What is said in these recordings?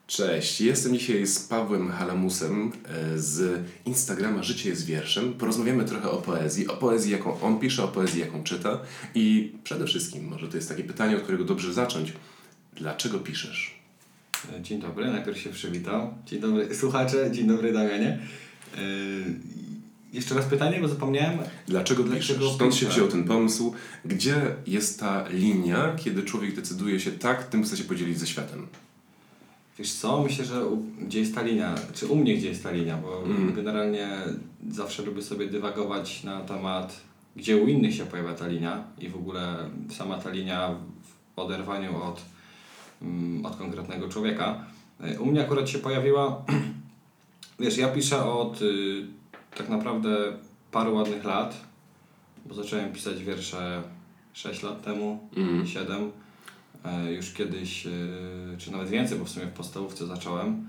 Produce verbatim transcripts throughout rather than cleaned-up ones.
Cześć, jestem dzisiaj z Pawłem Halamusem z Instagrama Życie jest wierszem. Porozmawiamy trochę o poezji, o poezji jaką on pisze, o poezji jaką czyta i przede wszystkim, może to jest takie pytanie, od którego dobrze zacząć. Dlaczego piszesz? Dzień dobry, najpierw się przywitał. Dzień dobry słuchacze, dzień dobry Damianie. Yy, jeszcze raz pytanie, bo zapomniałem. Dlaczego, Dlaczego piszesz? Stąd się wziął ten pomysł. Gdzie jest ta linia, kiedy człowiek decyduje się tak, tym chce się podzielić ze światem? Wiesz co, myślę, że u, gdzie jest ta linia, czy u mnie gdzie jest ta linia, bo mm. generalnie zawsze lubię sobie dywagować na temat, gdzie u innych się pojawia ta linia i w ogóle sama ta linia w oderwaniu od, um, od konkretnego człowieka. U mnie akurat się pojawiła, wiesz, ja piszę od y, tak naprawdę paru ładnych lat, bo zacząłem pisać wiersze sześć lat temu, mm. siedem. Już kiedyś, czy nawet więcej, bo w sumie w podstawówce zacząłem,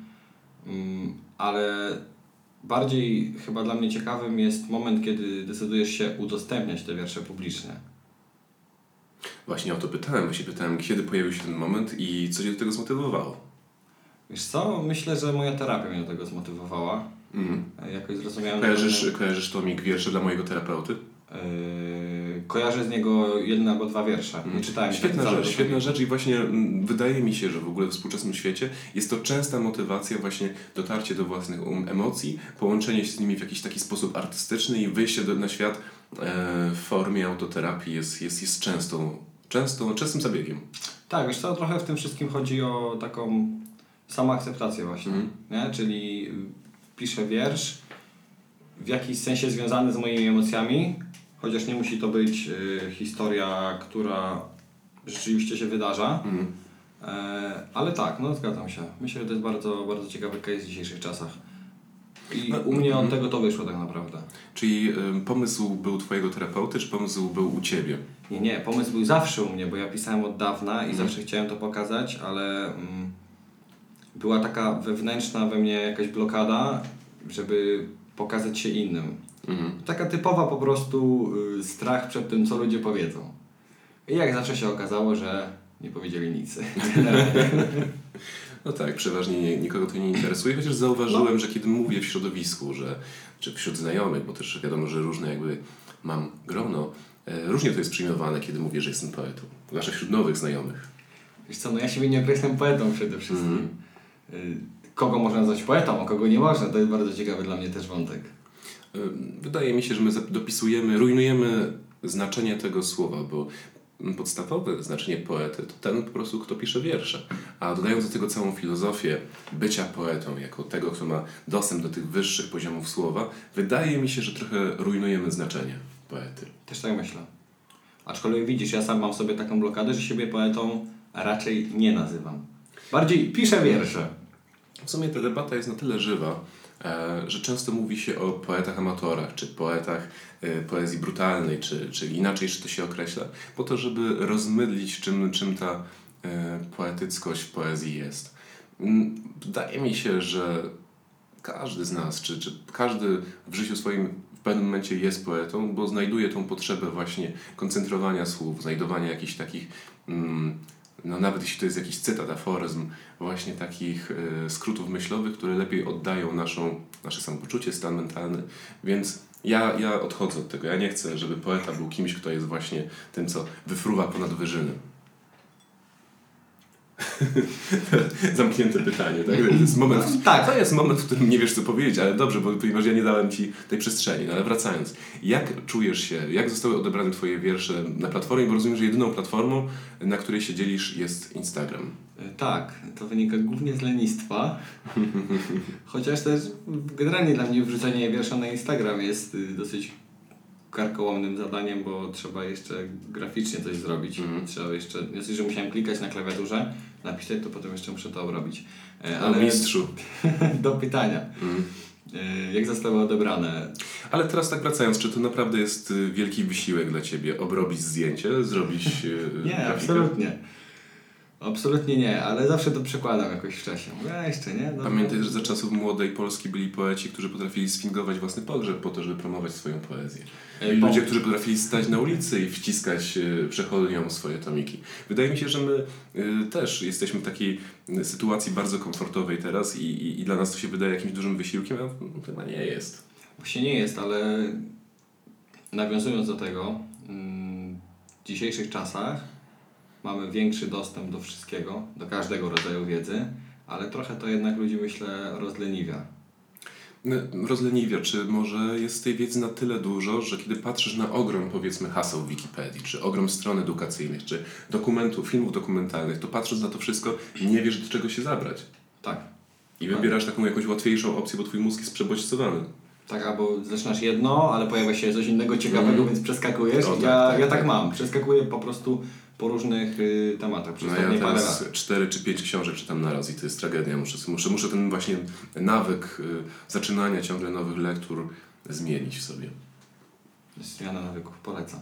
ale bardziej chyba dla mnie ciekawym jest moment, kiedy decydujesz się udostępniać te wiersze publicznie. Właśnie o to pytałem, właśnie pytałem, kiedy pojawił się ten moment i co cię do tego zmotywowało? Wiesz co, myślę, że moja terapia mnie do tego zmotywowała. Mm. Jakoś zrozumiałem... Kojarzysz, że... kojarzysz tomik wierszy dla mojego terapeuty? Yy, kojarzę z niego jeden albo dwa wiersze. Nie czytałem. Świetna rzecz, rzecz świetna rzecz i właśnie m, wydaje mi się, że w ogóle w współczesnym świecie jest to częsta motywacja, właśnie dotarcie do własnych um, emocji, połączenie się z nimi w jakiś taki sposób artystyczny i wyjście do, na świat e, w formie autoterapii jest, jest, jest częstą, częstą, częstym zabiegiem. Tak, wiesz co, trochę w tym wszystkim chodzi o taką samoakceptację właśnie, mm. nie? Czyli piszę wiersz w jakiś sensie związany z moimi emocjami, chociaż nie musi to być y, historia, która rzeczywiście się wydarza, mm. e, ale tak, no zgadzam się. Myślę, że to jest bardzo, bardzo ciekawy case w dzisiejszych czasach. I no, u mnie od mm. tego to wyszło tak naprawdę. Czyli y, pomysł był twojego terapeuty, czy pomysł był u ciebie? Nie, nie, pomysł był zawsze u mnie, bo ja pisałem od dawna i mm. zawsze chciałem to pokazać, ale mm, była taka wewnętrzna we mnie jakaś blokada, żeby pokazać się innym. Mhm. Taka typowa po prostu y, strach przed tym, co ludzie powiedzą. I jak zawsze się okazało, że nie powiedzieli nic. No tak, przeważnie nie, nikogo to nie interesuje, chociaż zauważyłem, no. że kiedy mówię w środowisku, że, czy wśród znajomych, bo też wiadomo, że różne jakby mam grono, e, różnie to jest przyjmowane, kiedy mówię, że jestem poetą. Zwłaszcza wśród nowych znajomych. Wiesz co, no ja siebie nie określam poetą przede wszystkim. Mhm. Y- kogo można nazwać poetą, a kogo nie można, to jest bardzo ciekawy dla mnie też wątek. Wydaje mi się, że my dopisujemy, rujnujemy znaczenie tego słowa, bo podstawowe znaczenie poety to ten po prostu, kto pisze wiersze. A dodając do tego całą filozofię bycia poetą, jako tego, kto ma dostęp do tych wyższych poziomów słowa, wydaje mi się, że trochę rujnujemy znaczenie poety. Też tak myślę. Aczkolwiek widzisz, ja sam mam sobie taką blokadę, że siebie poetą raczej nie nazywam. Bardziej piszę wiersze. W sumie ta debata jest na tyle żywa, że często mówi się o poetach amatorach, czy poetach poezji brutalnej, czy, czy inaczej, czy to się określa, po to, żeby rozmydlić, czym, czym ta poetyckość w poezji jest. Wydaje mi się, że każdy z nas, czy, czy każdy w życiu swoim w pewnym momencie jest poetą, bo znajduje tą potrzebę właśnie koncentrowania słów, znajdowania jakichś takich... Mm, no nawet jeśli to jest jakiś cytat, aforyzm, właśnie takich y, skrótów myślowych, które lepiej oddają naszą, nasze samopoczucie, stan mentalny. Więc ja, ja odchodzę od tego. Ja nie chcę, żeby poeta był kimś, kto jest właśnie tym, co wyfruwa ponad wyżyny. Zamknięte pytanie, tak? To jest moment, no, tak. To jest moment, w którym nie wiesz, co powiedzieć, ale dobrze, bo ponieważ ja nie dałem ci tej przestrzeni. No ale wracając, jak czujesz się, jak zostały odebrane twoje wiersze na platformie, bo rozumiem, że jedyną platformą, na której się dzielisz, jest Instagram. Tak, to wynika głównie z lenistwa, chociaż też generalnie dla mnie wrzucenie wiersza na Instagram jest dosyć karkołomnym zadaniem, bo trzeba jeszcze graficznie coś zrobić. Mm. Trzeba jeszcze, nie że musiałem klikać na klawiaturze, napisać, to potem jeszcze muszę to obrobić. Ale mistrzu. Do pytania. Mm. Jak zostały odebrane? Ale teraz tak wracając, czy to naprawdę jest wielki wysiłek dla ciebie obrobić zdjęcie, zrobić Nie, grafikę? Absolutnie. Absolutnie nie, ale zawsze to przekładam jakoś w czasie. Mówię, a jeszcze nie? No, Pamiętaj, że za czasów młodej Polski byli poeci, którzy potrafili sfingować własny pogrzeb po to, żeby promować swoją poezję. Byli ludzie, którzy potrafili stać na ulicy i wciskać y, przechodniom swoje tomiki. Wydaje mi się, że my y, też jesteśmy w takiej sytuacji bardzo komfortowej teraz i, i, i dla nas to się wydaje jakimś dużym wysiłkiem, a no, chyba nie jest. Właśnie nie jest, ale nawiązując do tego, w dzisiejszych czasach mamy większy dostęp do wszystkiego, do każdego rodzaju wiedzy, ale trochę to jednak ludzi, myślę, rozleniwia. Rozleniwia, czy może jest tej wiedzy na tyle dużo, że kiedy patrzysz na ogrom, powiedzmy, haseł w Wikipedii, czy ogrom stron edukacyjnych, czy dokumentów, filmów dokumentalnych, to patrząc na to wszystko, nie wiesz, do czego się zabrać. Tak. I wybierasz taką jakąś łatwiejszą opcję, bo twój mózg jest przebodźcowany. Tak, albo zaczynasz jedno, ale pojawia się coś innego ciekawego, mm. więc przeskakujesz. O, tak, ja tak, ja tak, tak mam. Przeskakuję po prostu po różnych y, tematach. Przez no ja teraz cztery czy pięć książek czytam naraz i to jest tragedia. Muszę, muszę, muszę ten właśnie nawyk y, zaczynania ciągle nowych lektur zmienić w sobie. Zmiana nawyków, polecam.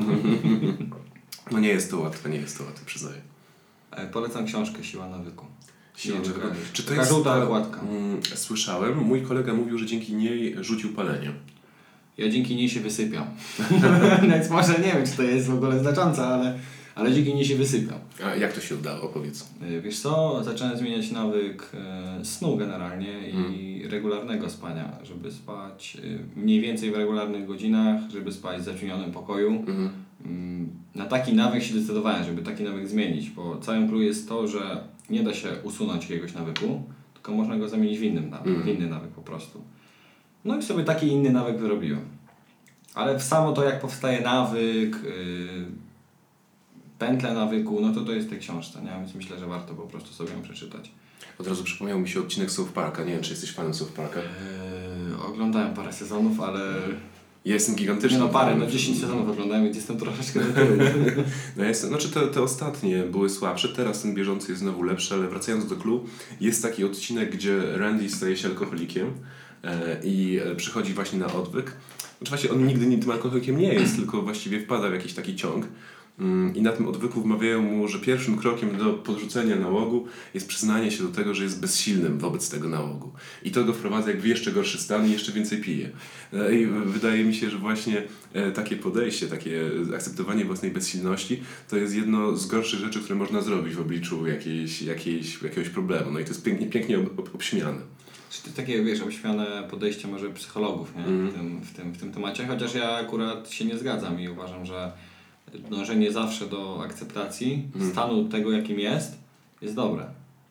No nie jest to łatwe, nie jest to łatwe, przyznaję. E, polecam książkę Siła nawyku. Siła nawyku. Czy to jest żółta okładka? Mm, słyszałem. Mój kolega mówił, że dzięki niej rzucił palenie. Ja dzięki niej się wysypiam. Więc może nie wiem, czy to jest w ogóle znaczące, ale, ale dzięki niej się wysypiam. A jak to się udało? Powiedz. Wiesz co? Zacząłem zmieniać nawyk e, snu generalnie i mm. regularnego spania, żeby spać e, mniej więcej w regularnych godzinach, żeby spać w zacienionym pokoju. Mm. Na taki nawyk się decydowałem, żeby taki nawyk zmienić, bo całym clue jest to, że nie da się usunąć jakiegoś nawyku, tylko można go zamienić w, innym nawyk, mm. w inny nawyk po prostu. No i sobie taki inny nawyk wyrobiłem. Ale w samo to, jak powstaje nawyk, yy, pętla nawyku, no to to jest w tej książce, nie? Więc myślę, że warto po prostu sobie ją przeczytać. Od razu przypomniał mi się odcinek South Parka. Nie wiem, czy jesteś fanem South Parka? Yy, oglądałem parę sezonów, ale... Ja jestem gigantyczny. Nie no parę, no dziesięć sezonów oglądałem, więc jestem troszeczkę do tyłu. No ja jestem, znaczy te, te ostatnie były słabsze, teraz ten bieżący jest znowu lepszy, ale wracając do clue, jest taki odcinek, gdzie Randy staje się alkoholikiem e, i przychodzi właśnie na odwyk. Oczywiście on nigdy tym alkoholikiem nie jest, tylko właściwie wpada w jakiś taki ciąg. I na tym odwyku wmawiają mu, że pierwszym krokiem do podrzucenia nałogu jest przyznanie się do tego, że jest bezsilnym wobec tego nałogu. I to go wprowadza jakby w jeszcze gorszy stan i jeszcze więcej pije. I wydaje mi się, że właśnie takie podejście, takie akceptowanie własnej bezsilności to jest jedno z gorszych rzeczy, które można zrobić w obliczu jakiejś, jakiejś, jakiegoś problemu. No i to jest pięknie, pięknie ob, ob, obśmiane. Czy to takie, wiesz, obśmiane podejście może psychologów, nie? Mm. W, tym, w, tym, w tym temacie, chociaż ja akurat się nie zgadzam i uważam, że dążenie zawsze do akceptacji mm. stanu tego, jakim jest, jest dobre.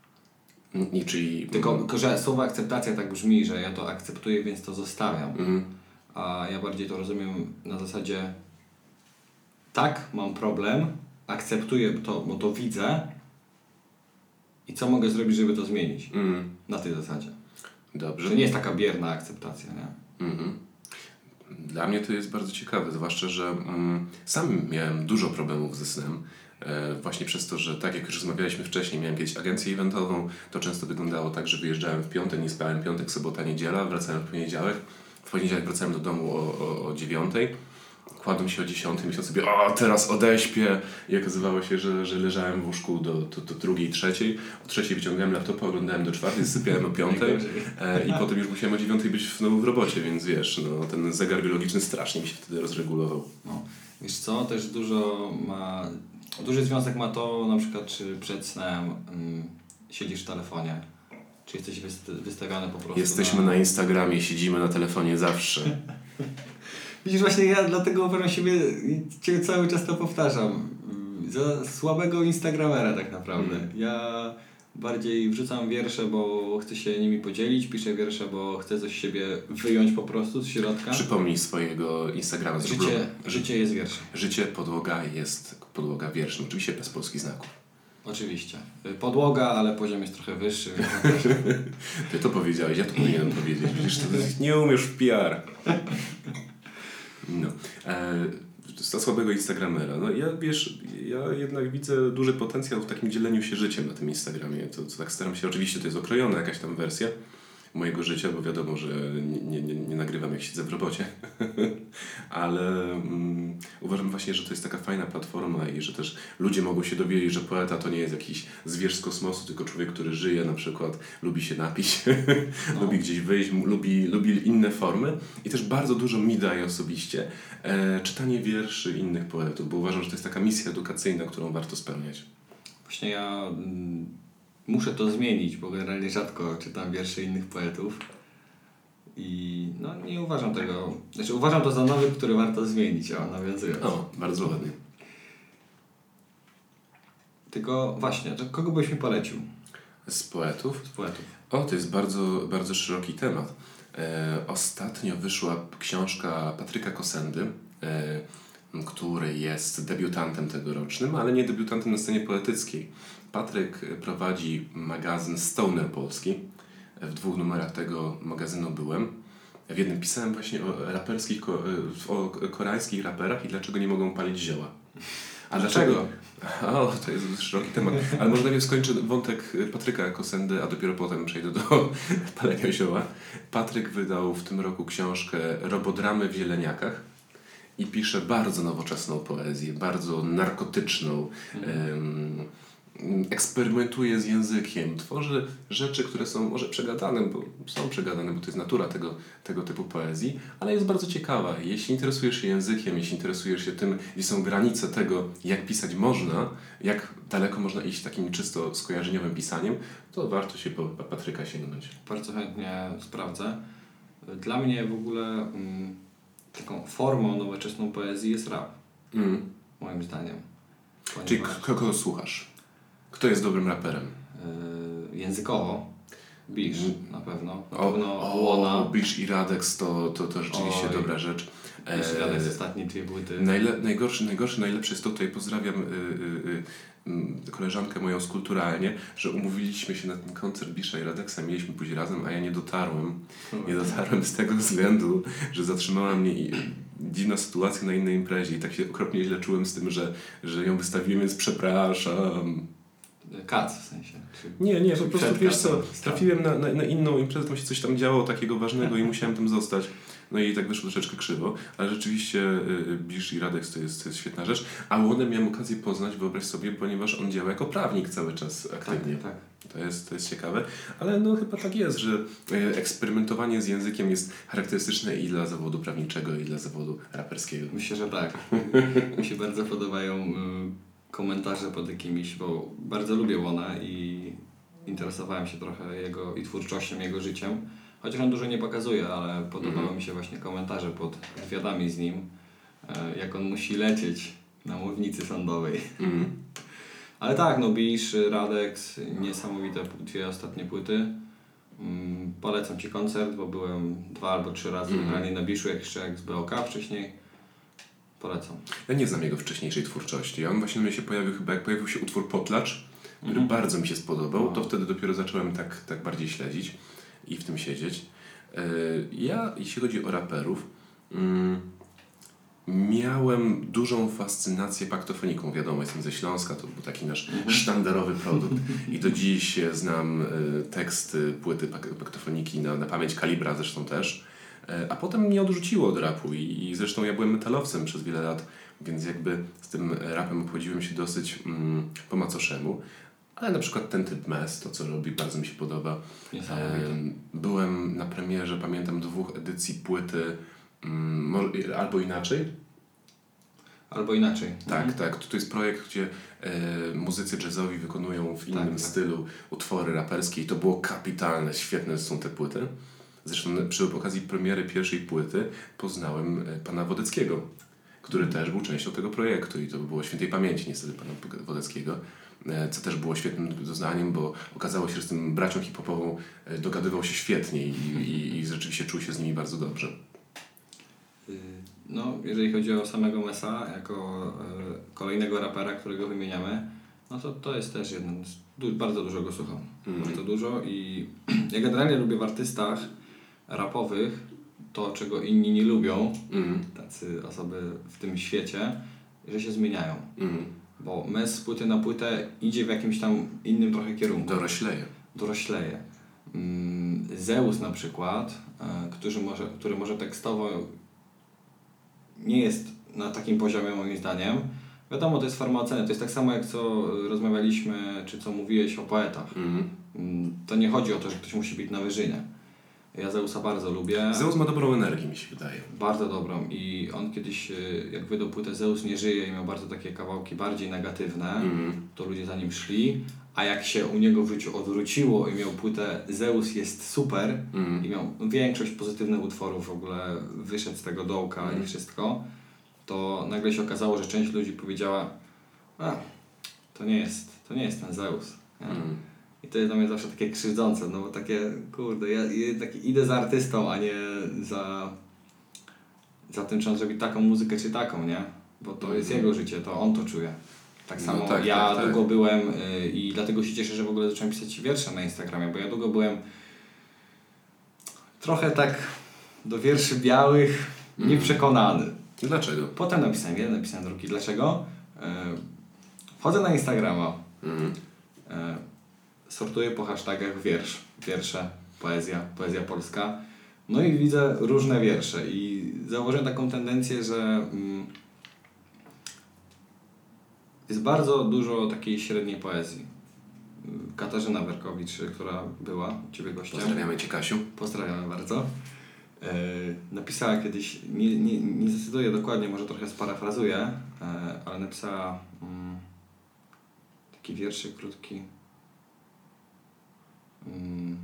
I czyli... Tylko, tylko, że słowo akceptacja tak brzmi, że ja to akceptuję, więc to zostawiam. Mm. A ja bardziej to rozumiem na zasadzie tak, mam problem, akceptuję to, bo to widzę i co mogę zrobić, żeby to zmienić. Mm. Na tej zasadzie. Dobrze. To nie jest taka bierna akceptacja, nie? Mm-hmm. Dla mnie to jest bardzo ciekawe, zwłaszcza, że mm, sam miałem dużo problemów ze snem. E, właśnie przez to, że tak jak już rozmawialiśmy wcześniej, miałem kiedyś agencję eventową, to często wyglądało tak, że wyjeżdżałem w piątek, nie spałem piątek, sobota, niedziela, wracałem w poniedziałek. W poniedziałek wracałem do domu o, o, o dziewiątej. Kładłem się o dziesiątej, myślałem sobie, o teraz odeśpię. I okazywało się, że, że leżałem w łóżku do, do, do drugiej, trzeciej. O trzeciej wyciągałem laptopa, oglądałem do czwartej, zasypiałem o piątej. E, I potem już musiałem o dziewiątej być znowu w robocie, więc wiesz, no, ten zegar biologiczny strasznie mi się wtedy rozregulował. No. Wiesz co, też dużo ma, duży związek ma to na przykład, czy przed snem um, siedzisz w telefonie, czy jesteś wyst- wystawiany po prostu. Jesteśmy na... na Instagramie, siedzimy na telefonie zawsze. Widzisz, właśnie ja dlatego uważam siebie, ciebie cały czas to powtarzam, za słabego instagramera tak naprawdę. Mm. Ja bardziej wrzucam wiersze, bo chcę się nimi podzielić, piszę wiersze, bo chcę coś z siebie wyjąć po prostu z środka. Przypomnij swojego Instagrama. Z życie, życie jest wierszem. Życie, podłoga jest podłoga wierszem, oczywiście bez polskich znaków. Oczywiście. Podłoga, ale poziom jest trochę wyższy. Ty to powiedziałeś, ja to powinienem powiedzieć, przecież to nie umiesz w P R. No. E, z słabego Instagramera. No ja wiesz, ja jednak widzę duży potencjał w takim dzieleniu się życiem na tym Instagramie. To, to tak staram się, oczywiście to jest okrojona jakaś tam wersja, mojego życia, bo wiadomo, że nie, nie, nie nagrywam jak siedzę w robocie, ale mm, uważam właśnie, że to jest taka fajna platforma i że też ludzie mogą się dowiedzieć, że poeta to nie jest jakiś zwierz z kosmosu, tylko człowiek, który żyje na przykład, lubi się napić, no. lubi gdzieś wyjść, lubi, lubi inne formy i też bardzo dużo mi daje osobiście e, czytanie wierszy innych poetów, bo uważam, że to jest taka misja edukacyjna, którą warto spełniać. Właśnie ja mm, muszę to zmienić, bo generalnie rzadko czytam wiersze innych poetów i no nie uważam tego, znaczy uważam to za nawyk, który warto zmienić, o, nawiązując. O, bardzo ładnie. Tylko właśnie, to kogo byś mi polecił? Z poetów? Z poetów. O, to jest bardzo, bardzo szeroki temat. E, ostatnio wyszła książka Patryka Kosendy, e, który jest debiutantem tegorocznym, ale nie debiutantem na scenie poetyckiej. Patryk prowadzi magazyn Stoner Polski. W dwóch numerach tego magazynu byłem. W jednym pisałem właśnie o raperskich, o koreańskich raperach i dlaczego nie mogą palić zioła. A dlaczego? O, to jest szeroki temat. Ale może najpierw skończę wątek Patryka Kosendy, a dopiero potem przejdę do palenia zioła. Patryk wydał w tym roku książkę Robodramy w zieleniakach i pisze bardzo nowoczesną poezję, bardzo narkotyczną. Mhm. Eksperymentuje z językiem, tworzy rzeczy, które są może przegadane, bo są przegadane, bo to jest natura tego, tego typu poezji, ale jest bardzo ciekawa. Jeśli interesujesz się językiem, jeśli interesujesz się tym, gdzie są granice tego, jak pisać można, jak daleko można iść takim czysto skojarzeniowym pisaniem, to warto się po Patryka sięgnąć. Bardzo chętnie sprawdzę. Dla mnie w ogóle mm, taką formą nowoczesną poezji jest rap, mm. moim zdaniem. Ponieważ... Czyli kogo słuchasz? Kto jest dobrym raperem? Yy, językowo. Bisz na pewno. Na o, pewno o, Łona. Bisz i Radex to, to, to rzeczywiście Oj. dobra rzecz. Bisz i Radex ostatnie dwie płyty. Najle, najgorszy, najgorszy, najlepszy jest to, tutaj pozdrawiam y, y, y, koleżankę moją z Kulturalnie, że umówiliśmy się na ten koncert Bisza i Radexa, mieliśmy pójść razem, a ja nie dotarłem. Nie dotarłem z tego względu, że zatrzymała mnie i, dziwna sytuacja na innej imprezie i tak się okropnie źle czułem z tym, że, że ją wystawiłem, więc przepraszam. Kac w sensie. Czy nie, nie, po prostu wiesz co, trafiłem na, na, na inną imprezę, tam się coś tam działo takiego ważnego i musiałem tam zostać. No i tak wyszło troszeczkę krzywo, ale rzeczywiście y, Bisz i Radex to jest, to jest świetna rzecz. A Łonę miałem okazję poznać, wyobraź sobie, ponieważ on działa jako prawnik cały czas aktywnie. Tak, tak. To jest, to jest ciekawe, ale no chyba tak jest, że y, eksperymentowanie z językiem jest charakterystyczne i dla zawodu prawniczego, i dla zawodu raperskiego. Myślę, że tak. Mi się bardzo podobają y, komentarze pod jakimiś, bo bardzo lubię Łonę i interesowałem się trochę jego i twórczością, jego życiem. Chociaż on dużo nie pokazuje, ale podobały mm. mi się właśnie komentarze pod wywiadami z nim, e, jak on musi lecieć na mównicy sądowej. Mm. Ale tak, no Bisz, Radex, niesamowite dwie ostatnie płyty. Mm, polecam Ci koncert, bo byłem dwa albo trzy razy mm. na Biszu, jak jeszcze jak z B O K wcześniej. Polecam. Ja nie znam jego wcześniejszej twórczości. On właśnie na mnie się pojawił chyba, jak pojawił się utwór Potlarz, który mm. bardzo mi się spodobał, to wtedy dopiero zacząłem tak, tak bardziej śledzić i w tym siedzieć. Ja, jeśli chodzi o raperów, miałem dużą fascynację paktofoniką. Wiadomo, jestem ze Śląska, to był taki nasz sztandarowy produkt i do dziś znam teksty płyty paktofoniki na, na pamięć, Kalibra zresztą też. A potem mnie odrzuciło od rapu i, i zresztą ja byłem metalowcem przez wiele lat, więc jakby z tym rapem obchodziłem się dosyć mm, po macoszemu. Ale na przykład ten typ mes, to co robi, bardzo mi się podoba. E, byłem na premierze, pamiętam, dwóch edycji płyty mm, Albo Inaczej. Albo Inaczej. Tak, mhm. tak. To jest projekt, gdzie e, muzycy jazzowi wykonują w innym tak, stylu tak. utwory raperskie i to było kapitalne, świetne są te płyty. Zresztą przy okazji premiery pierwszej płyty poznałem pana Wodeckiego, który też był częścią tego projektu i to było świętej pamięci niestety pana Wodeckiego. Co też było świetnym doznaniem, bo okazało się, że z tym bracią hip-hopową dogadywał się świetnie i, i, i rzeczywiście czuł się z nimi bardzo dobrze. No, jeżeli chodzi o samego Mesa, jako y, kolejnego rapera, którego wymieniamy, no to to jest też jeden z... Du- bardzo dużo go słucham. Mm. Bardzo dużo i ja generalnie lubię w artystach rapowych to, czego inni nie lubią, mm. tacy osoby w tym świecie, że się zmieniają. Mm. Bo Mes z płyty na płytę idzie w jakimś tam innym trochę kierunku. Dorośleje. Dorośleje. mm, Zeus na przykład, e, który, może, który może tekstowo nie jest na takim poziomie moim zdaniem. Wiadomo, to jest forma oceny. To jest tak samo jak co rozmawialiśmy, czy co mówiłeś o poetach. Mm. To nie chodzi o to, że ktoś musi być na wyżynie. Ja Zeusa bardzo lubię. Zeus ma dobrą energię, mi się wydaje. Bardzo dobrą. I on kiedyś, jak wydał płytę Zeus nie żyje i miał bardzo takie kawałki bardziej negatywne, mm. to ludzie za nim szli. A jak się u niego w życiu odwróciło i miał płytę Zeus jest super mm. i miał większość pozytywnych utworów, w ogóle wyszedł z tego dołka mm. i wszystko, to nagle się okazało, że część ludzi powiedziała, a to nie jest, to nie jest ten Zeus. Mm. I to jest dla mnie zawsze takie krzywdzące, no bo takie, kurde, ja, ja taki idę za artystą, a nie za, za tym, czy on zrobi taką muzykę, czy taką, nie? Bo to mm. jest jego życie, to on to czuje. Tak samo no tak, ja tak, długo tak. byłem y, i dlatego się cieszę, że w ogóle zacząłem pisać wiersze na Instagramie, bo ja długo byłem trochę tak do wierszy białych mm. nieprzekonany. Dlaczego? Potem napisałem jeden, napisałem drugi. Dlaczego? Y, wchodzę na Instagrama, mm. y, sortuję po hashtagach wiersz, wiersze, poezja, poezja polska, no i widzę różne wiersze i zauważyłem taką tendencję, że mm, jest bardzo dużo takiej średniej poezji. Katarzyna Werkowicz, która była u Ciebie gościem. Pozdrawiamy Cię, Kasiu. Pozdrawiamy bardzo. E, napisała kiedyś, nie, nie, nie zdecyduję dokładnie, może trochę sparafrazuję, e, ale napisała mm, taki wierszyk krótki. Mm,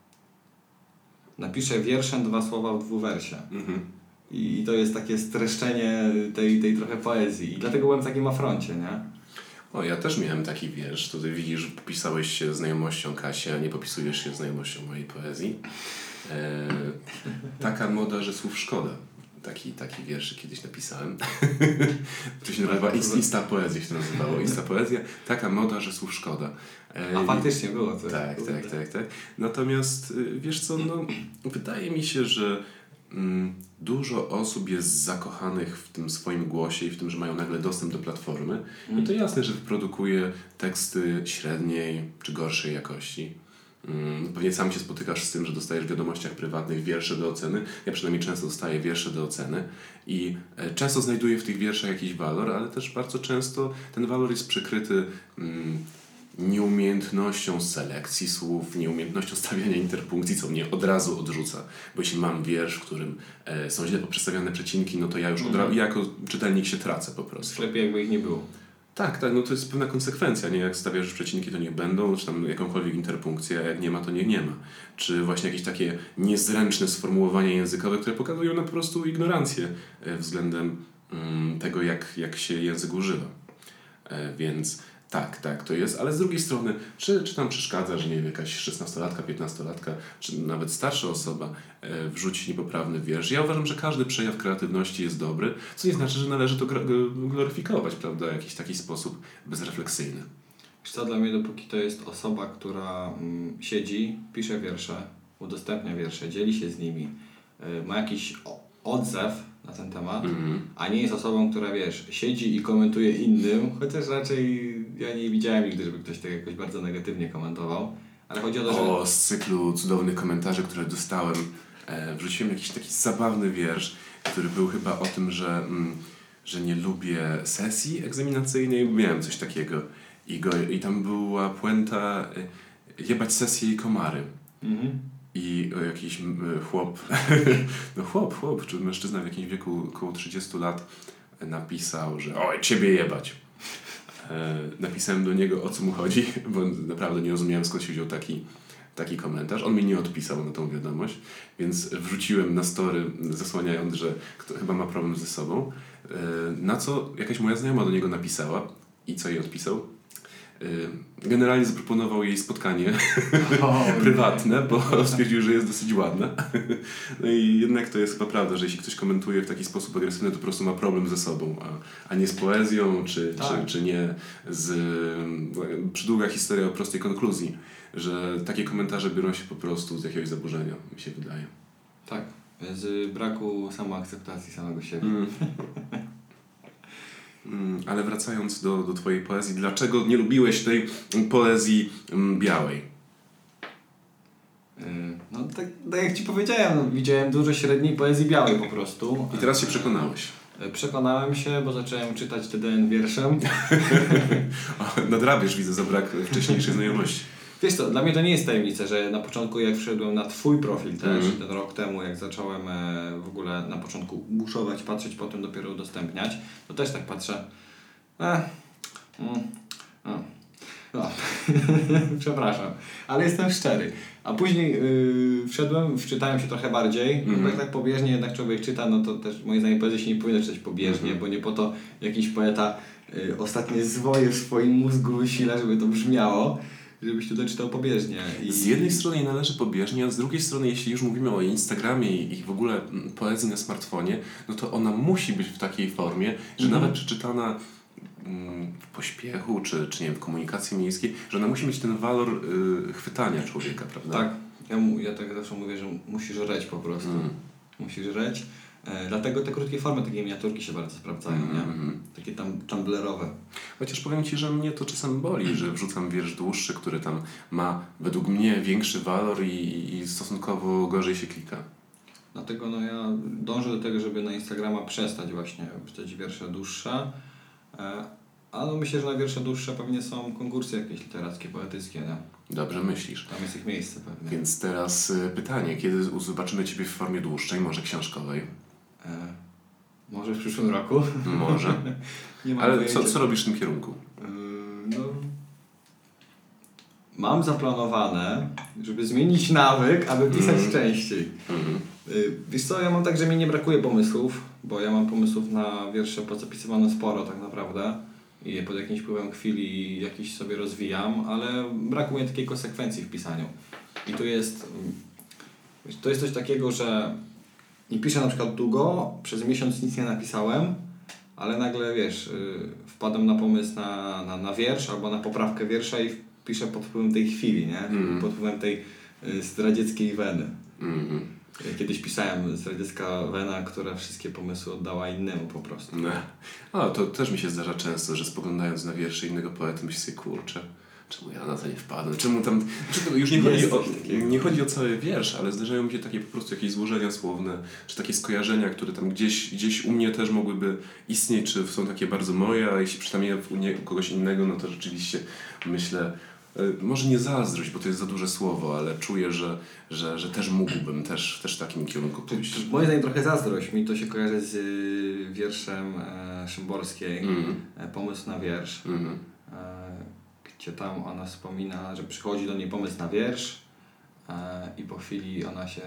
napiszę wierszem dwa słowa w dwuwersie. Mhm. I to jest takie streszczenie tej, tej trochę poezji. I dlatego byłem w takim afroncie, nie? O, ja też miałem taki wiersz. Tutaj widzisz, że popisałeś się znajomością Kasi, a nie popisujesz się znajomością mojej poezji. E, taka moda, że słów szkoda. Taki, taki wiersz kiedyś napisałem. To się nazywa Insta Poezja się to nazywało. Insta Poezja. Taka moda, że słów szkoda. E, a faktycznie było to. Tak, tak, tak, tak. Natomiast wiesz co, no, wydaje mi się, że dużo osób jest zakochanych w tym swoim głosie i w tym, że mają nagle dostęp do platformy. No to jasne, że wyprodukuje teksty średniej czy gorszej jakości. Pewnie sam się spotykasz z tym, że dostajesz w wiadomościach prywatnych wiersze do oceny. Ja przynajmniej często dostaję wiersze do oceny i często znajduję w tych wierszach jakiś walor, ale też bardzo często ten walor jest przykryty mm, nieumiejętnością selekcji słów, nieumiejętnością stawiania interpunkcji, co mnie od razu odrzuca. Bo jeśli mam wiersz, w którym e, są źle poprzestawiane przecinki, no to ja już od razu, ja jako czytelnik się tracę po prostu. Lepiej jakby ich nie było. Tak, tak, no to jest pewna konsekwencja, nie? Jak stawiasz przecinki, to niech będą, czy tam jakąkolwiek interpunkcję, a jak nie ma, to niech nie ma. Czy właśnie jakieś takie niezręczne sformułowania językowe, które pokazują na po prostu ignorancję e, względem mm, tego, jak, jak się język używa. E, więc tak, tak, to jest, ale z drugiej strony, czy, czy tam przeszkadza, że nie wiem, jakaś szesnastolatka, piętnastolatka, czy nawet starsza osoba e, wrzuci niepoprawny wiersz. Ja uważam, że każdy przejaw kreatywności jest dobry, co nie znaczy, że należy to gloryfikować, prawda, w jakiś taki sposób bezrefleksyjny. Wiesz co, dla mnie dopóki to jest osoba, która mm, siedzi, pisze wiersze, udostępnia wiersze, dzieli się z nimi, y, ma jakiś odzew na ten temat, mm-hmm. a nie jest osobą, która wiesz, siedzi i komentuje innym, chociaż raczej ja nie widziałem nigdy, żeby ktoś tak jakoś bardzo negatywnie komentował, ale chodzi o to, że... O, z cyklu cudownych komentarzy, które dostałem, e, wrzuciłem jakiś taki zabawny wiersz, który był chyba o tym, że, mm, że nie lubię sesji egzaminacyjnej, miałem coś takiego i, go, i tam była puenta e, jebać sesje i komary. Mm-hmm. I jakiś chłop, no chłop, chłop, czy mężczyzna w jakimś wieku około trzydziestu lat napisał, że oj, ciebie jebać. E, napisałem do niego, o co mu chodzi, bo naprawdę nie rozumiałem, skąd się wziął taki, taki komentarz. On mi nie odpisał na tą wiadomość, więc wrzuciłem na story, zasłaniając, że kto, chyba ma problem ze sobą. E, na co jakaś moja znajoma do niego napisała i co jej odpisał? Generalnie zaproponował jej spotkanie oh, prywatne, bo stwierdził, że jest dosyć ładna. No i jednak to jest chyba prawda, że jeśli ktoś komentuje w taki sposób agresywny, to po prostu ma problem ze sobą, a, a nie z poezją, czy, tak. czy, czy nie z... Przydługa historia o prostej konkluzji, że takie komentarze biorą się po prostu z jakiegoś zaburzenia, mi się wydaje. Tak, z braku samoakceptacji samego siebie. Mm. Ale wracając do, do twojej poezji, dlaczego nie lubiłeś tej poezji białej? Yy, tak, tak jak Ci powiedziałem, no, widziałem dużo średniej poezji białej po prostu. I teraz się przekonałeś. Przekonałem się, bo zacząłem czytać T D N wierszem. Nadrabiasz, widzę, za brak wcześniejszej znajomości. Wiesz co, dla mnie to nie jest tajemnica, że na początku jak wszedłem na Twój profil też, mm. ten rok temu, jak zacząłem e, w ogóle na początku buszować, patrzeć, potem dopiero udostępniać, to też tak patrzę. Eh, mm, no. No. Przepraszam, ale jestem szczery. A później yy, wszedłem, wczytałem się trochę bardziej, mm. bo jak tak pobieżnie jednak człowiek czyta, no to też moim zdaniem poezja się nie powinna czytać pobieżnie, mm. bo nie po to jakiś poeta yy, ostatnie zwoje w swoim mózgu wysila, żeby to brzmiało, żebyś tutaj czytał pobieżnie. I... Z jednej strony nie należy pobieżnie, a z drugiej strony, jeśli już mówimy o Instagramie i w ogóle poezji na smartfonie, no to ona musi być w takiej formie, że mm. nawet przeczytana w pośpiechu, czy, czy nie wiem, w komunikacji miejskiej, że ona musi mieć ten walor y, chwytania człowieka, prawda? Tak. Ja, ja tak zawsze mówię, że musisz żreć po prostu. Mm. Musisz żreć. E, dlatego te krótkie formy, takie miniaturki się bardzo sprawdzają, mm, nie? Mm. Takie tam tumblerowe. Chociaż powiem Ci, że mnie to czasem boli, że wrzucam wiersz dłuższy, który tam ma według mnie większy walor i, i stosunkowo gorzej się klika. Dlatego no ja dążę do tego, żeby na Instagrama przestać właśnie czytać wiersze dłuższe. A no myślę, że na wiersze dłuższe pewnie są konkursy jakieś literackie, poetyckie, nie? Dobrze myślisz. Tam jest ich miejsce pewnie. Więc teraz y, pytanie, kiedy zobaczymy Ciebie w formie dłuższej, może książkowej? E, może w przyszłym roku? Może. Nie mam Ale co, co robisz w tym kierunku? Yy, no... Mam zaplanowane, żeby zmienić nawyk, aby pisać mm. częściej. Mm. Yy, wiesz co, ja mam tak, że mi nie brakuje pomysłów, bo ja mam pomysłów na wiersze pozapisywane sporo tak naprawdę i pod jakimś wpływem chwili jakiś sobie rozwijam, ale brakuje takiej konsekwencji w pisaniu. I tu jest, wiesz, to jest coś takiego, że nie piszę na przykład długo, przez miesiąc nic nie napisałem, ale nagle wiesz, yy, wpadam na pomysł na, na, na wiersz albo na poprawkę wiersza i piszę pod wpływem tej chwili, nie? Mm. Pod wpływem tej y, zdradzieckiej weny. Mm. Kiedyś pisałem zdradziecka wena, która wszystkie pomysły oddała innemu po prostu. No. A, to też mi się zdarza często, że spoglądając na wiersze innego poety myślę sobie, kurczę, czemu ja na to nie wpadłem? Czemu tam... Czy już nie chodzi, o, nie chodzi o cały wiersz, ale zdarzają mi się takie po prostu jakieś złożenia słowne, czy takie skojarzenia, które tam gdzieś, gdzieś u mnie też mogłyby istnieć, czy są takie bardzo moje, a jeśli przeczytam je u, nie, u kogoś innego, no to rzeczywiście myślę, może nie zazdrość, bo to jest za duże słowo, ale czuję, że, że, że też mógłbym też, też w takim kierunku pójść. Moim zdaniem trochę zazdrość. Mi to się kojarzy z y, wierszem e, Szymborskiej, mm. e, Pomysł na wiersz, mm. e, gdzie tam ona wspomina, że przychodzi do niej pomysł na wiersz e, i po chwili ona się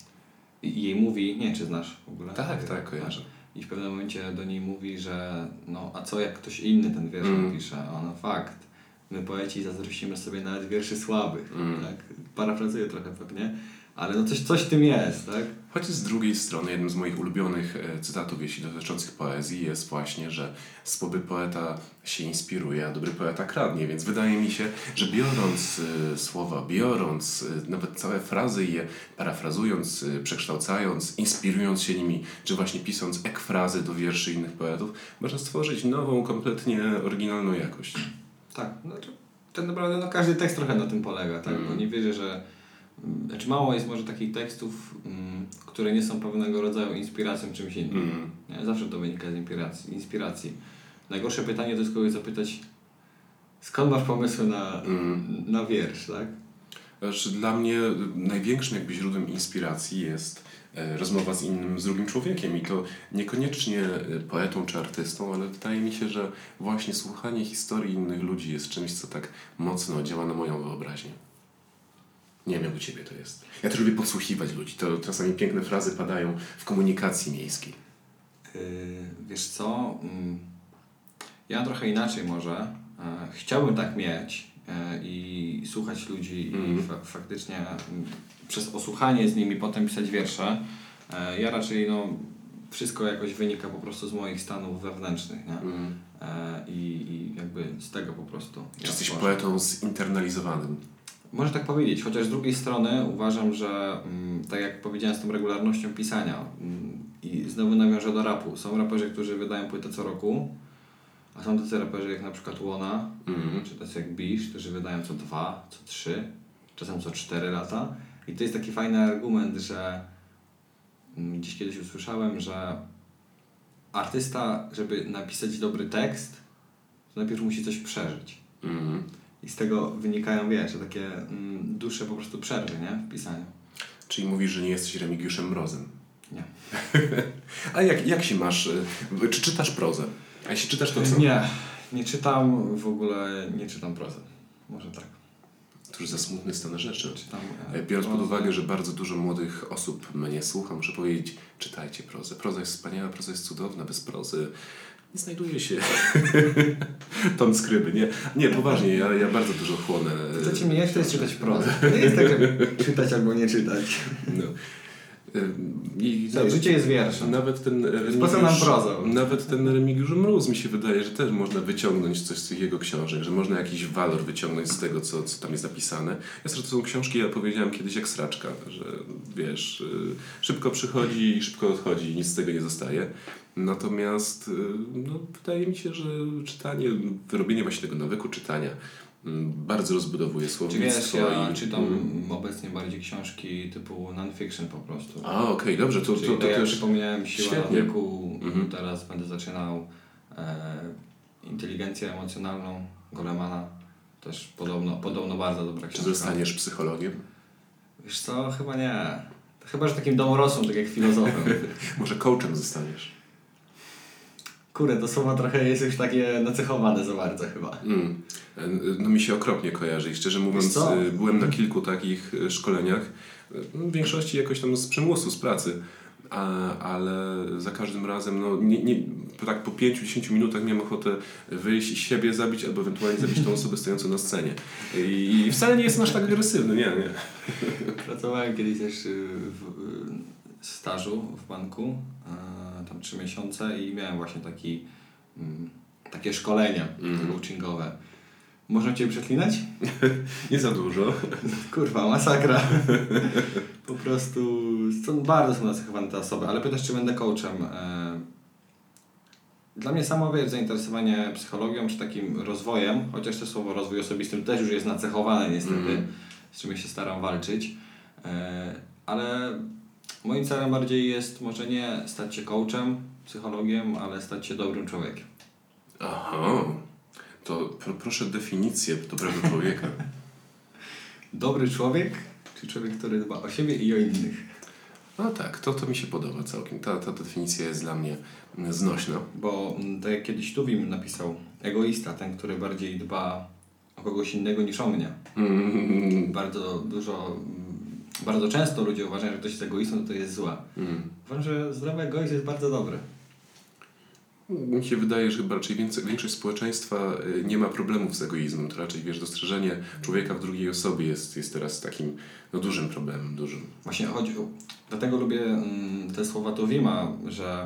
i jej mówi, nie wiem czy znasz w ogóle. Tak, tak, kojarzę. I w pewnym momencie do niej mówi, że no a co jak ktoś inny ten wiersz mm. napisze, a ona fakt. My poeci zazdrościmy sobie nawet wierszy słabych, mm. tak? Parafrazuję trochę pewnie, ale no coś, coś w tym jest, tak? Choć z drugiej strony jednym z moich ulubionych e, cytatów, jeśli dotyczących poezji, jest właśnie, że słaby poeta się inspiruje, a dobry poeta kradnie, więc wydaje mi się, że biorąc e, słowa, biorąc e, nawet całe frazy i je parafrazując, e, przekształcając, inspirując się nimi, czy właśnie pisząc ekfrazy do wierszy innych poetów, można stworzyć nową, kompletnie oryginalną jakość. Tak, znaczy, tak naprawdę no, każdy tekst trochę na tym polega, tak? Mm. Bo nie wierzę, że... Znaczy mało jest może takich tekstów, mm, które nie są pewnego rodzaju inspiracją czymś innym. Mm. Nie? Zawsze to wynika z inspiracji, inspiracji. Najgorsze pytanie to jest kogoś zapytać, skąd masz pomysły na, mm. na wiersz, tak? Znaczy, dla mnie największym jakby źródłem inspiracji jest rozmowa z innym, z drugim człowiekiem i to niekoniecznie poetą czy artystą, ale wydaje mi się, że właśnie słuchanie historii innych ludzi jest czymś, co tak mocno działa na moją wyobraźnię. Nie wiem, jak u Ciebie to jest. Ja też lubię podsłuchiwać ludzi. To czasami piękne frazy padają w komunikacji miejskiej. Yy, wiesz co? Ja trochę inaczej może. Chciałbym tak mieć i słuchać ludzi mm. i fa- faktycznie przez osłuchanie z nimi potem pisać wiersze. Ja raczej no, wszystko jakoś wynika po prostu z moich stanów wewnętrznych, nie? Mm. I, I jakby z tego po prostu. Czy ja jesteś tworzę. Poetą zinternalizowanym? Można tak powiedzieć, chociaż z drugiej strony uważam, że mm, tak jak powiedziałem z tą regularnością pisania mm, i znowu nawiążę do rapu. Są raperzy, którzy wydają płytę co roku, a są tacy raperzy jak na przykład Łona, mm. czy tacy jak Bisz, którzy wydają co dwa, co trzy, czasem co cztery lata, I to jest taki fajny argument, że gdzieś kiedyś usłyszałem, że artysta, żeby napisać dobry tekst, to najpierw musi coś przeżyć. Mm. I z tego wynikają, wiesz, że takie mm, dłuższe po prostu przerwy, nie? W pisaniu. Czyli mówisz, że nie jesteś Remigiuszem Mrozem. Nie. A jak, jak się masz? Czy czytasz prozę? A jeśli czytasz, to co? Nie, nie czytam w ogóle, nie czytam prozy. Może tak. To już za smutny stan rzeczy. Czytam, e, Biorąc pod uwagę, że bardzo dużo młodych osób mnie słucha, muszę powiedzieć, czytajcie prozę. Proza jest wspaniała, proza jest cudowna, bez prozy nie znajduje się ton skryby. Nie, nie poważnie, ja, ja bardzo dużo chłonę. Pytacie mnie, jak to jest czytać prozę? To nie jest tak, że czytać albo nie czytać. No. I Co, życie jest wierszem. Nawet ten Po co nam proza? Nawet ten Remigiusz Mróz mi się wydaje, że też można wyciągnąć coś z tych jego książek, że można jakiś walor wyciągnąć z tego, co, co tam jest napisane. Jasne, że to są książki, ja powiedziałem kiedyś jak sraczka, że wiesz, szybko przychodzi i szybko odchodzi i nic z tego nie zostaje. Natomiast no, wydaje mi się, że czytanie, wyrobienie właśnie tego nawyku czytania bardzo rozbudowuje słownictwo. Wiesz, ja i czytam mm. obecnie bardziej książki typu non-fiction po prostu. A, okej, okay, dobrze, to, to, to, to ja też... przypomniałem Siła Świetnie. nawyku, Mhm. teraz będę zaczynał e, Inteligencję emocjonalną Golemana. Też podobno, podobno bardzo dobra książka. Czy zostaniesz psychologiem? Wiesz co, chyba nie. Chyba, że takim domorosłym, tak jak filozofem. Może coachem zostaniesz? Kurde, to słowo trochę jest już takie nacechowane za bardzo chyba. Mm. No mi się okropnie kojarzy i szczerze mówiąc byłem na kilku takich szkoleniach, w większości jakoś tam z przymusu, z pracy, a, ale za każdym razem, no nie, nie, tak po pięciu do dziesięciu minutach miałem ochotę wyjść i siebie zabić albo ewentualnie zabić tą osobę stojącą na scenie. I, i wcale nie jestem aż tak agresywny, nie, nie. Pracowałem kiedyś też w stażu w banku, tam trzy miesiące i miałem właśnie taki, takie szkolenia mm. coachingowe. Można Cię przeklinać? Nie za dużo. Kurwa, masakra. Po prostu są, bardzo są nacechowane te osoby, ale pytasz, czy będę coachem. Dla mnie samo, wiesz, zainteresowanie psychologią czy takim rozwojem, chociaż to słowo rozwój osobisty też już jest nacechowane niestety, mm. z czym ja się staram walczyć, ale moim celem bardziej jest może nie stać się coachem, psychologiem, ale stać się dobrym człowiekiem. Aha, to pro, proszę definicję dobrego człowieka. Dobry człowiek, czy człowiek, który dba o siebie i o innych? No tak, to, to mi się podoba całkiem. Ta, ta definicja jest dla mnie znośna. Bo tak jak kiedyś Tuwim napisał, egoista, ten, który bardziej dba o kogoś innego niż o mnie. Mm. Bardzo dużo, bardzo często ludzie uważają, że ktoś jest egoistą, to to jest złe. Mm. Uważam, że zdrowy egoizm jest bardzo dobry. Mi się wydaje, że chyba raczej więcej, większość społeczeństwa nie ma problemów z egoizmem. To raczej, wiesz, dostrzeżenie człowieka w drugiej osobie jest, jest teraz takim no, dużym problemem, dużym. Właśnie chodzi o... Dlatego lubię mm, te słowa Tuwima, że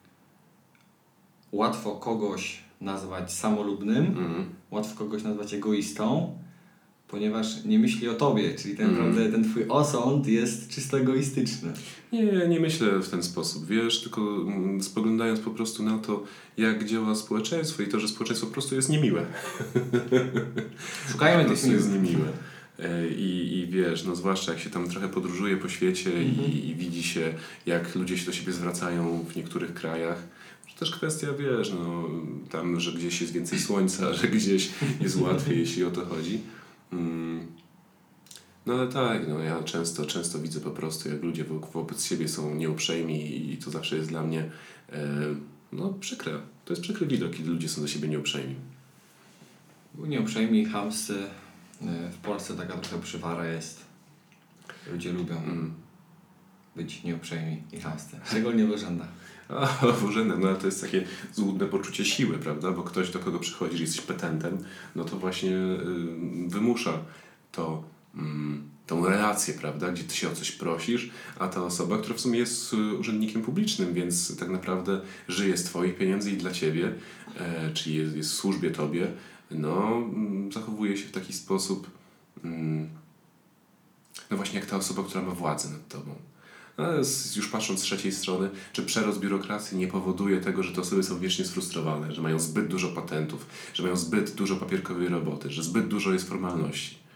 łatwo kogoś nazwać samolubnym, mm. łatwo kogoś nazwać egoistą, ponieważ nie myśli o tobie, czyli ten, mm. naprawdę, ten twój osąd jest czysto egoistyczny. Nie, nie myślę w ten sposób, wiesz, tylko mm, spoglądając po prostu na to, jak działa społeczeństwo i to, że społeczeństwo po prostu jest niemiłe. Szukajmy tych jest niemiłe. I, I wiesz, no zwłaszcza jak się tam trochę podróżuje po świecie mm-hmm. i, i widzi się, jak ludzie się do siebie zwracają w niektórych krajach. To też kwestia, wiesz, no tam, że gdzieś jest więcej słońca, że gdzieś jest łatwiej, jeśli o to chodzi. Mm. No ale tak, no ja często, często widzę po prostu, jak ludzie wo- wobec siebie są nieuprzejmi i to zawsze jest dla mnie e, no przykre. To jest przykry widok, kiedy ludzie są do siebie nieuprzejmi. Nieuprzejmi, chamscy. W Polsce taka trochę przywara jest. Ludzie lubią mm. być nieuprzejmi i chamscy. Szczególnie w urzędach. A, w urzędach, no ale to jest takie złudne poczucie siły, prawda? Bo ktoś, do kogo przychodzi, że jesteś petentem, no to właśnie y, wymusza to, y, tą relację, prawda? Gdzie ty się o coś prosisz, a ta osoba, która w sumie jest urzędnikiem publicznym, więc tak naprawdę żyje z twoich pieniędzy i dla ciebie, e, czyli jest, jest w służbie tobie, no zachowuje się w taki sposób, y, no właśnie jak ta osoba, która ma władzę nad tobą. No, już patrząc z trzeciej strony, czy przerost biurokracji nie powoduje tego, że te osoby są wiecznie sfrustrowane, że mają zbyt dużo patentów, że mają zbyt dużo papierkowej roboty, że zbyt dużo jest formalności.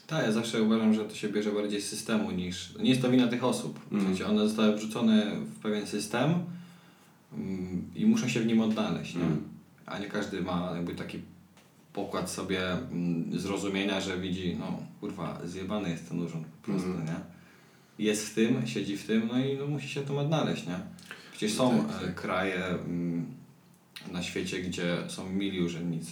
Tak, ja zawsze uważam, że to się bierze bardziej z systemu niż... Nie jest to wina tych osób. W Mm. sensie one zostały wrzucone w pewien system mm, i muszą się w nim odnaleźć, nie? Mm. A nie każdy ma jakby taki pokład sobie mm, zrozumienia, że widzi, no kurwa, zjebany jest ten urząd po prostu, Mm. nie? Jest w tym, siedzi w tym, no i no, musi się w tym odnaleźć, nie? Przecież No są tak, e, tak. kraje mm, na świecie, gdzie są mili urzędnicy.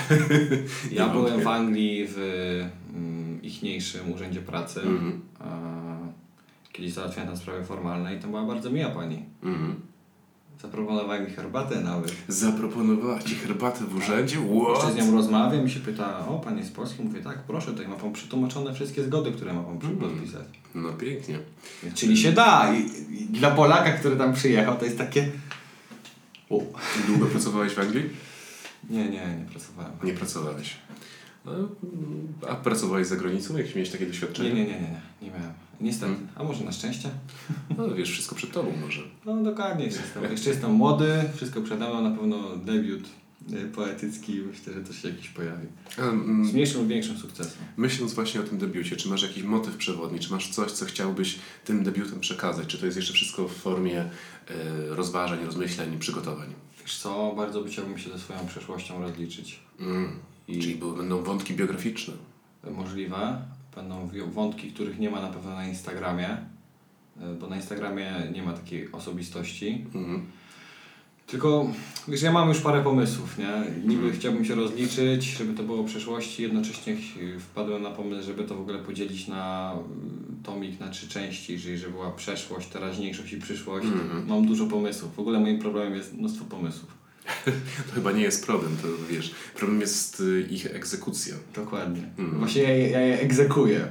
Ja Nie byłem wątpię. w Anglii w mm, ichniejszym urzędzie pracy. Mhm. A, kiedyś załatwiałem tam sprawy formalne i tam była bardzo miła pani. Mhm. Zaproponowała mi herbatę nawet. Zaproponowała ci herbatę w urzędzie? Jeszcze What? z nią rozmawiam i się pyta, o pan jest z Polski? Mówię, tak, proszę, tutaj ma pan przetłumaczone wszystkie zgody, które ma pan Mhm. podpisać. No pięknie. Czyli się da. I, i dla Polaka, który tam przyjechał, to jest takie... O. Długo pracowałeś w Anglii? Nie, nie, nie pracowałem. Nie pracowałeś. No, a pracowałeś za granicą? Jakieś miałeś takie doświadczenie? Nie, nie, nie, nie, nie, nie miałem. Niestety. Hmm. A może na szczęście? No wiesz, wszystko przed tobą może. No dokładnie, jeszcze jestem, jeszcze jestem młody, wszystko przede mną, na pewno debiut y, poetycki, myślę, że to się jakiś pojawi. A, mm, Z mniejszym lub większym sukcesem. Myśląc właśnie o tym debiucie, czy masz jakiś motyw przewodni, czy masz coś, co chciałbyś tym debiutem przekazać? Czy to jest jeszcze wszystko w formie e, rozważań, rozmyśleń, przygotowań? Wiesz co, bardzo by chciałbym się ze swoją przeszłością rozliczyć. Mm. I Czyli były, będą wątki biograficzne. możliwe, będą wi- wątki, których nie ma na pewno na Instagramie, y, bo na Instagramie nie ma takiej osobistości. Mhm. Tylko, wiesz, ja mam już parę pomysłów, nie? Niby Mhm. chciałbym się rozliczyć, żeby to było w przeszłości, jednocześnie ch- wpadłem na pomysł, żeby to w ogóle podzielić na y, tomik na trzy części, czyli żeby była przeszłość, teraźniejszość i przyszłość. Mhm. Mam dużo pomysłów. W ogóle moim problemem jest mnóstwo pomysłów. To chyba nie jest problem, to wiesz, problem jest y, ich egzekucja. Dokładnie. Mhm. Właśnie ja, je- ja je egzekuję.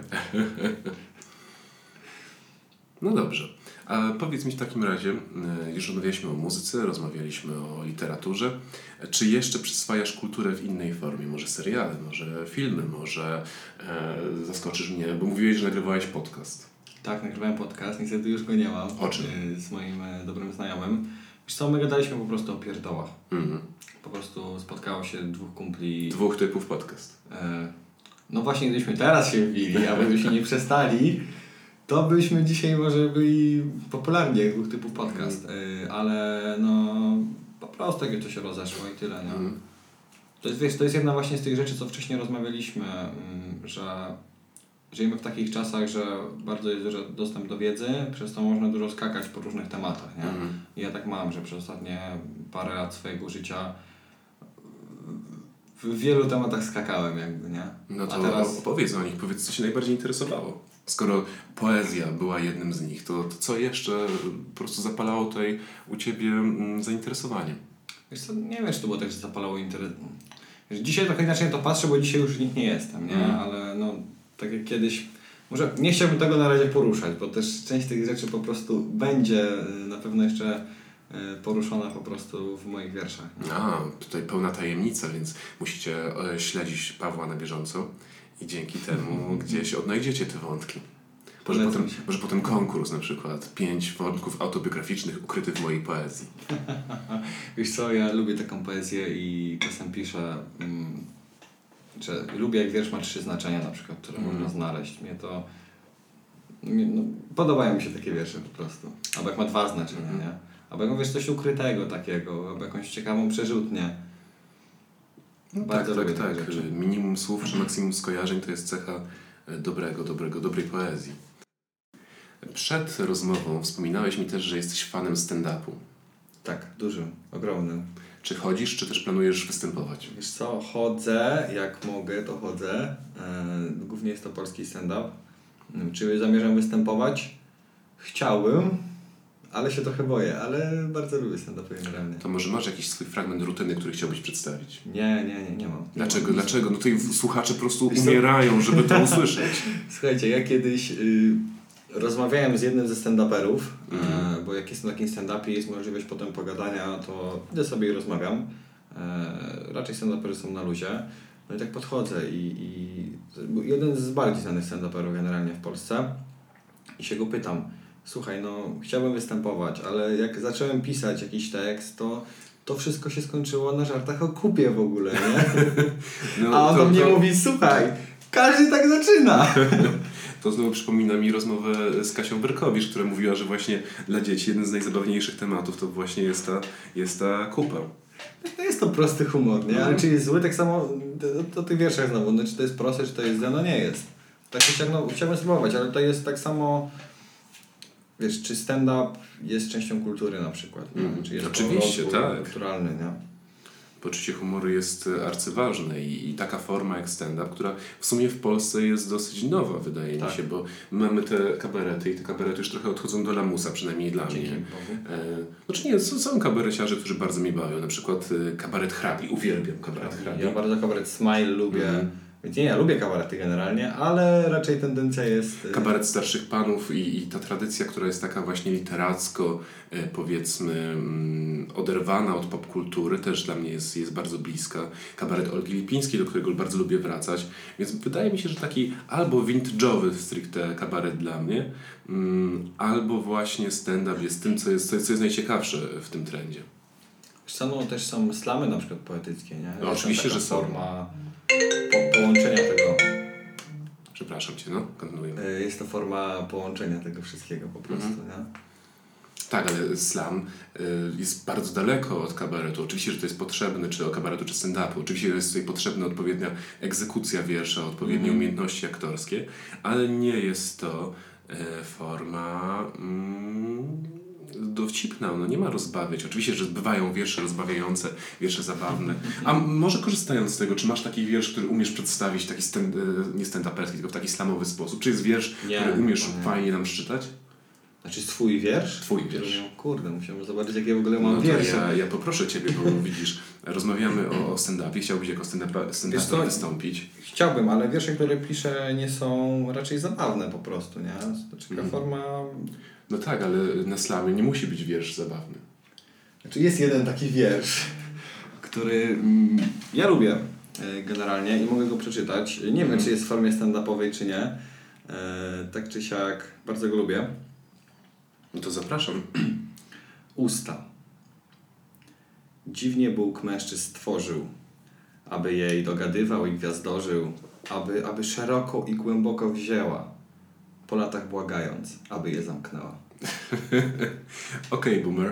No dobrze. A powiedz mi w takim razie, y, już rozmawialiśmy o muzyce, rozmawialiśmy o literaturze. Czy jeszcze przyswajasz kulturę w innej formie? Może seriale, może filmy, może e, zaskoczysz mnie, bo mówiłeś, że nagrywałeś podcast. Tak, nagrywałem podcast, niestety już go nie mam. O czym? y, Z moim y, dobrym znajomym. Wiesz co, my gadaliśmy po prostu o pierdołach. Mhm. Po prostu spotkało się dwóch kumpli. Dwóch typów podcast. E, No właśnie, gdybyśmy teraz się wbili, a byśmy nie przestali, to byśmy dzisiaj może byli popularni jak dwóch typów podcast. E, Ale no po prostu jakby to się rozeszło i tyle. No. Mhm. To jest, wiesz, to jest jedna właśnie z tych rzeczy, co wcześniej rozmawialiśmy, mm, że żyjemy w takich czasach, że bardzo jest duży dostęp do wiedzy, przez to można dużo skakać po różnych tematach. Nie? Mhm. I ja tak mam, że przez ostatnie parę lat swojego życia w wielu tematach skakałem jakby, nie? No to A teraz opowiedz o nich, powiedz, co Cię najbardziej interesowało. Skoro poezja była jednym z nich, to, to co jeszcze po prostu zapalało tutaj u Ciebie mm, zainteresowanie? wiesz co, nie wiem, czy to było tak, że zapalało interes. Wiesz, dzisiaj trochę inaczej na to patrzę, bo dzisiaj już nikt nie jestem, nie? Mm. Ale no, tak jak kiedyś, może nie chciałbym tego na razie poruszać, bo też część tych rzeczy po prostu będzie y, na pewno jeszcze y, poruszona po prostu w moich wierszach. nie? A, tutaj pełna tajemnica, więc musicie e, śledzić Pawła na bieżąco i dzięki temu gdzieś odnajdziecie te wątki. Może Polecam potem, się. może potem konkurs na przykład, pięć wątków autobiograficznych ukrytych w mojej poezji. Wiesz co, ja lubię taką poezję i czasem piszę, mm, że lubię jak wiersz ma trzy znaczenia na przykład, które Mm. można znaleźć. Mnie to... Mnie, no, podobają mi się takie wiersze po prostu. Albo jak ma dwa znaczenia, Mm. nie? Albo jak ma wiesz coś ukrytego takiego, albo jakąś ciekawą przerzutnię. No Bardzo tak, lubię tak, takie tak. rzeczy. Minimum słów czy maksimum skojarzeń to jest cecha e, dobrego, dobrego, dobrej poezji. Przed rozmową wspominałeś mi też, że jesteś fanem stand-upu. Tak, dużym, ogromnym. Czy chodzisz, czy też planujesz występować? Wiesz co, chodzę, jak mogę, to chodzę. E, głównie jest to polski stand-up. Mm, Czy zamierzam występować? Chciałbym, ale się trochę boję, ale bardzo lubię stand-upy generalnie. To może masz jakiś swój fragment rutyny, który chciałbyś przedstawić? Nie, nie, nie, nie mam. Nie Dlaczego? mam. Dlaczego? No tutaj słuchacze po prostu Wiesz co? umierają, żeby to usłyszeć. Słuchajcie, ja kiedyś y, rozmawiałem z jednym ze stand-uperów, Mhm. e, bo jak jestem na takim stand-upie jest możliwość potem pogadania, to idę sobie i rozmawiam. E, raczej stand-upery są na luzie. No i tak podchodzę i, i był jeden z bardziej znanych stand-uperów generalnie w Polsce i się go pytam, słuchaj, no chciałbym występować, ale jak zacząłem pisać jakiś tekst, to to wszystko się skończyło na żartach o kupie w ogóle, nie? No, A on to- do mnie to- mówi, słuchaj, Każdy tak zaczyna. To znowu przypomina mi rozmowę z Kasią Berkowicz, która mówiła, że właśnie dla dzieci jeden z najzabawniejszych tematów to właśnie jest ta, jest ta kupa. No jest to prosty humor, nie? Ale czy jest zły? Tak samo to, to tych wierszach znowu. No, czy to jest proste, czy to jest złe? No nie jest. Tak chciałbym, chciałbym spróbować, ale to jest tak samo... Wiesz, czy stand-up jest częścią kultury na przykład? Mm, czy jest oczywiście, tak. kulturalny, nie? Poczucie humoru jest arcyważne i, i taka forma jak stand-up, która w sumie w Polsce jest dosyć nowa, wydaje tak. mi się, bo mamy te kabarety i te kabarety już trochę odchodzą do lamusa, przynajmniej dla Dzięki mnie. Bogu. E, znaczy nie, są, są kabareciarze, którzy bardzo mnie bawią, na przykład e, kabaret hrabi, uwielbiam kabaret hrabi. Ja bardzo kabaret Smile lubię. Mm. Więc nie, ja lubię kabarety generalnie, ale raczej tendencja jest... Kabaret starszych panów i, i ta tradycja, która jest taka właśnie literacko, e, powiedzmy, mm, oderwana od popkultury, też dla mnie jest, jest bardzo bliska. Kabaret Olgi Lipińskiej, do którego bardzo lubię wracać. Więc wydaje mi się, że taki albo vintage'owy stricte kabaret dla mnie, mm, albo właśnie stand-up jest tym, co jest, co jest, co jest najciekawsze w tym trendzie. Są też są slamy na przykład poetyckie, nie? No, oczywiście, że są. Forma po, połączenia tego. Przepraszam Cię, no, kontynuujemy. Jest to forma połączenia tego wszystkiego po prostu, mm-hmm. nie? Tak, ale slam y, jest bardzo daleko od kabaretu. Oczywiście, że to jest potrzebne, czy o kabaretu, czy stand-upu. Oczywiście, że jest tutaj potrzebna odpowiednia egzekucja wiersza, odpowiednie mm-hmm. umiejętności aktorskie, ale nie jest to y, forma y, dowcipna. No nie ma rozbawiać. Oczywiście, że bywają wiersze rozbawiające, wiersze zabawne. A może korzystając z tego, czy masz taki wiersz, który umiesz przedstawić taki stand, nie stand-uperski, tylko w taki slamowy sposób? Czy jest wiersz, nie, który umiesz nie. fajnie nam przeczytać? Znaczy swój wiersz? Twój wiersz. Kurde, musimy zobaczyć, jakie w ogóle mam no wiersze. Ja, ja poproszę Ciebie, bo widzisz, rozmawiamy o, o stand-upie. Chciałbyś jako stand-up, stand-up wystąpić? Chciałbym, ale wiersze, które piszę, nie są raczej zabawne po prostu, nie? Znaczy taka mm. forma... No tak, ale na slamie nie musi być wiersz zabawny. Znaczy jest jeden taki wiersz, który mm, ja lubię e, generalnie i mogę go przeczytać. Nie mm. wiem, czy jest w formie stand-upowej, czy nie. E, tak czy siak, bardzo go lubię. No to zapraszam. Usta. Dziwnie Bóg mężczyzn stworzył, aby jej dogadywał i gwiazdorzył, aby, aby szeroko i głęboko wzięła, po latach błagając, aby je zamknęła. Okej, okay, boomer.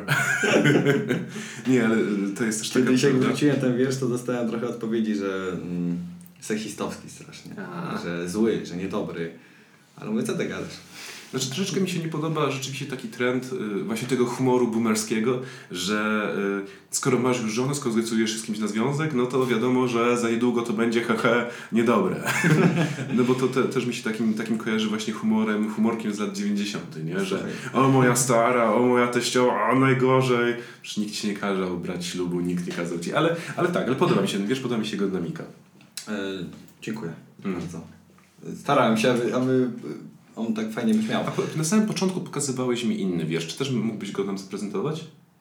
Nie, ale to jest też taka... Kiedyś jak wróciłem ten wiersz, to dostałem trochę odpowiedzi, że mm, seksistowski strasznie, A. że zły, że niedobry. Ale mówię, co ty gadasz? Znaczy troszeczkę mi się nie podoba rzeczywiście taki trend y, właśnie tego humoru boomerskiego, że y, skoro masz już żonę, skoro zdecydujesz się z kimś na związek, no to wiadomo, że za niedługo to będzie hehe niedobre. No bo to te, też mi się takim, takim kojarzy właśnie humorem, humorkiem z lat dziewięćdziesiątych, nie? Że o moja stara, o moja teściowa, o najgorzej. Przecież nikt ci nie kazał brać ślubu, nikt nie kazał ci. Ale, ale tak, ale podoba mi się ten wiersz, podoba mi się jego dynamika. E, dziękuję mm. bardzo. Starałem się, aby... aby... On tak fajnie brzmiał. A na samym początku pokazywałeś mi inny wiersz. Czy też mógłbyś go nam zaprezentować?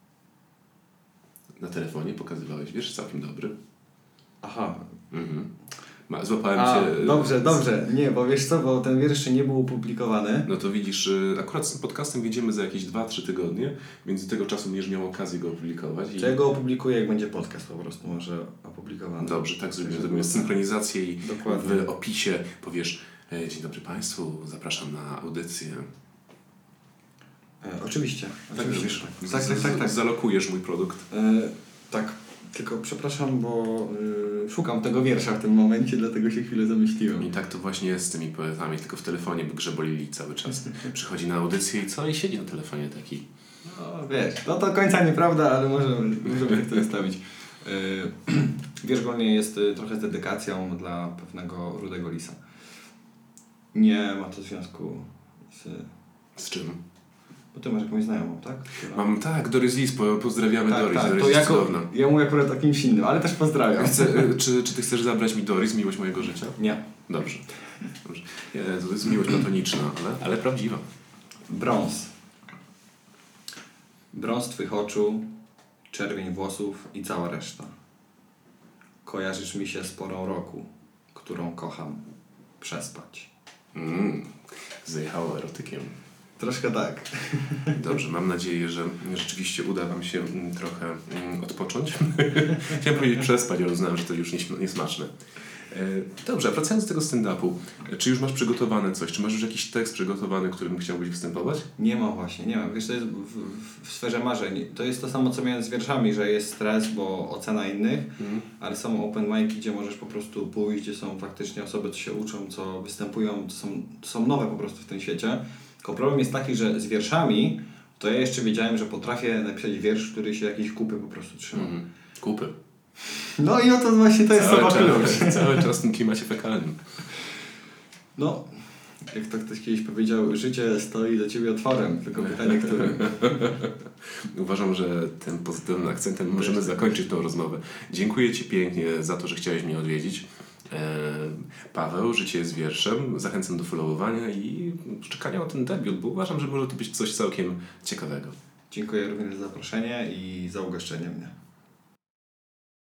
Na telefonie pokazywałeś wiersz, całkiem dobry. Aha. Mhm. Ma, złapałem A, cię... Dobrze, dobrze. Nie, bo wiesz co, bo ten wiersz jeszcze nie był opublikowany. No to widzisz, akurat z tym podcastem wyjdziemy za jakieś dwa trzy tygodnie, więc do tego czasu będziesz miał okazję go opublikować. Czy i... ja go opublikuję, jak będzie podcast po prostu może opublikowany. Dobrze, tak zrobimy. Zrobimy synchronizację i Dokładnie. w opisie powiesz: dzień dobry Państwu, zapraszam na audycję. E, oczywiście. Tak, oczywiście. Tak, tak, tak, tak, tak. Zalokujesz mój produkt. E, tak, tylko przepraszam, bo y, szukam tego wiersza w tym momencie, dlatego się chwilę zamyśliłem. I tak to właśnie jest z tymi poetami, tylko w telefonie by grzebolili cały czas. Przychodzi na audycję i co? I siedzi na telefonie taki. No wiesz, no to końca nieprawda, ale możemy, możemy to zostawić. Yy, wiersz golnie jest y, trochę z dedykacją dla pewnego rudego lisa. Nie ma to związku z... Z czym? Bo ty masz jakąś znajomą, tak? Która... Mam, tak, Doris Lis, pozdrawiamy tak, Doris. Tak, Doris to jest jako, cudowna. Ja mówię akurat o kimś innym, ale też pozdrawiam. Chcę, czy, czy ty chcesz zabrać mi Doris, miłość mojego życia? Nie. Dobrze. Dobrze. Nie, to jest miłość platoniczna, ale, ale prawdziwa. Brąz. Brąz twych oczu, czerwień włosów i cała reszta. Kojarzysz mi się z porą roku, którą kocham przespać. Mm, zajechało erotykiem. Troszkę tak. Dobrze, mam nadzieję, że rzeczywiście uda wam się trochę odpocząć. Chciałem powiedzieć przespać, ale uznałem, że to już niesmaczne. Dobrze, a wracając do tego stand-upu, czy już masz przygotowane coś? Czy masz już jakiś tekst przygotowany, którym chciałbyś występować? Nie mam właśnie, nie mam. Wiesz, to jest w, w, w sferze marzeń. To jest to samo, co miałem z wierszami, że jest stres, bo ocena innych, mhm. ale są open mic'i, gdzie możesz po prostu pójść, gdzie są faktycznie osoby, co się uczą, co występują, to są, to są nowe po prostu w tym świecie. Tylko problem jest taki, że z wierszami to ja jeszcze wiedziałem, że potrafię napisać wiersz, który się jakiejś kupy po prostu trzyma. Mhm. Kupy. No i oto właśnie to jest cały sama klucz. Cały czas w tym klimacie fekalnym. No, jak to ktoś kiedyś powiedział, życie stoi do ciebie otworem, tylko pytanie, który. Uważam, że tym pozytywnym akcentem możemy zakończyć tą rozmowę. Dziękuję Ci pięknie za to, że chciałeś mnie odwiedzić. Paweł, Życie jest wierszem. Zachęcam do followowania i czekania na ten debiut, bo uważam, że może to być coś całkiem ciekawego. Dziękuję również za zaproszenie i za ugoszczenie mnie.